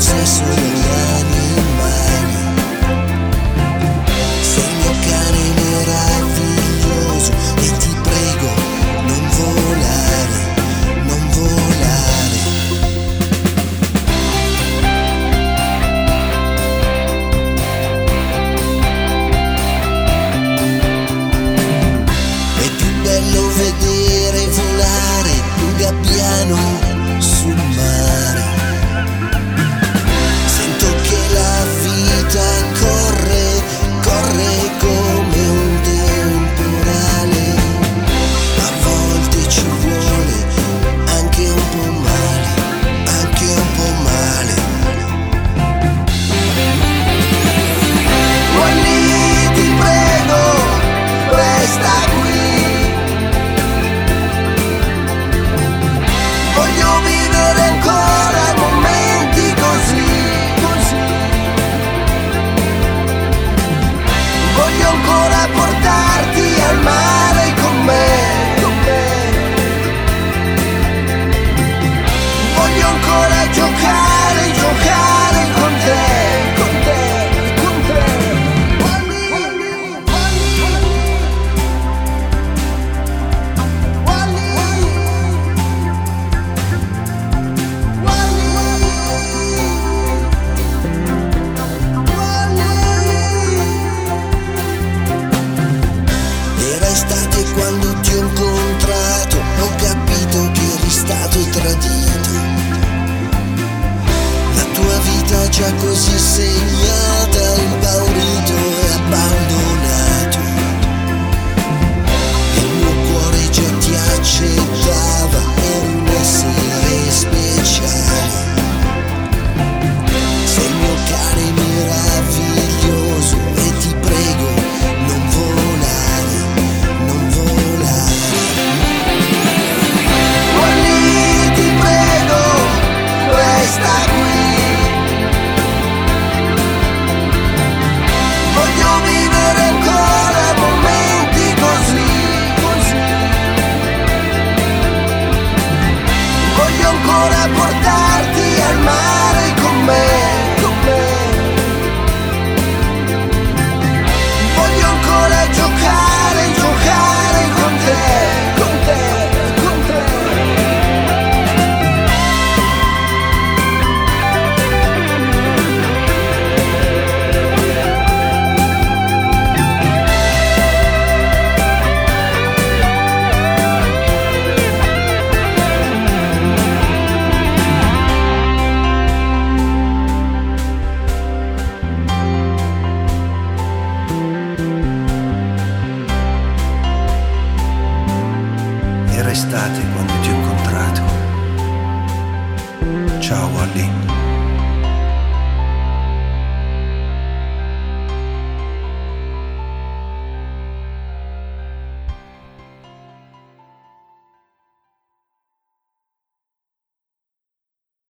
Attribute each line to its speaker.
Speaker 1: possesso degli animali. Sei il mio cane meraviglioso e ti prego non volare, non volare. È più bello vedere volare un gabbiano sul mare. Sento che la vita corre, corre come un temporale. A volte ci vuole anche un po' male, anche un po' male. Wally, ti prego, resta qui. Voglio vivere ancora momenti così, così. Voglio ancora portarti al mare con me, con me. Voglio ancora giocare, giocare con te, con te, con te. Wally, Wally, era estate quando ti ho incontrato, ho capito che eri stato tradito. La tua vita già così segnata, impaurito e abbandonato. Il mio cuore già ti accettava, eri un essere speciale. Sei il mio cane meraviglioso e ti prego non volare, non volare. Wally, ti prego, resta qui. Voglio vivere ancora momenti così, così. Voglio ancora portarti al mare con me, con me. Voglio ancora giocare, giocare con te, con te, con te. Era estate quando ti ho incontrato. Ciao Wally.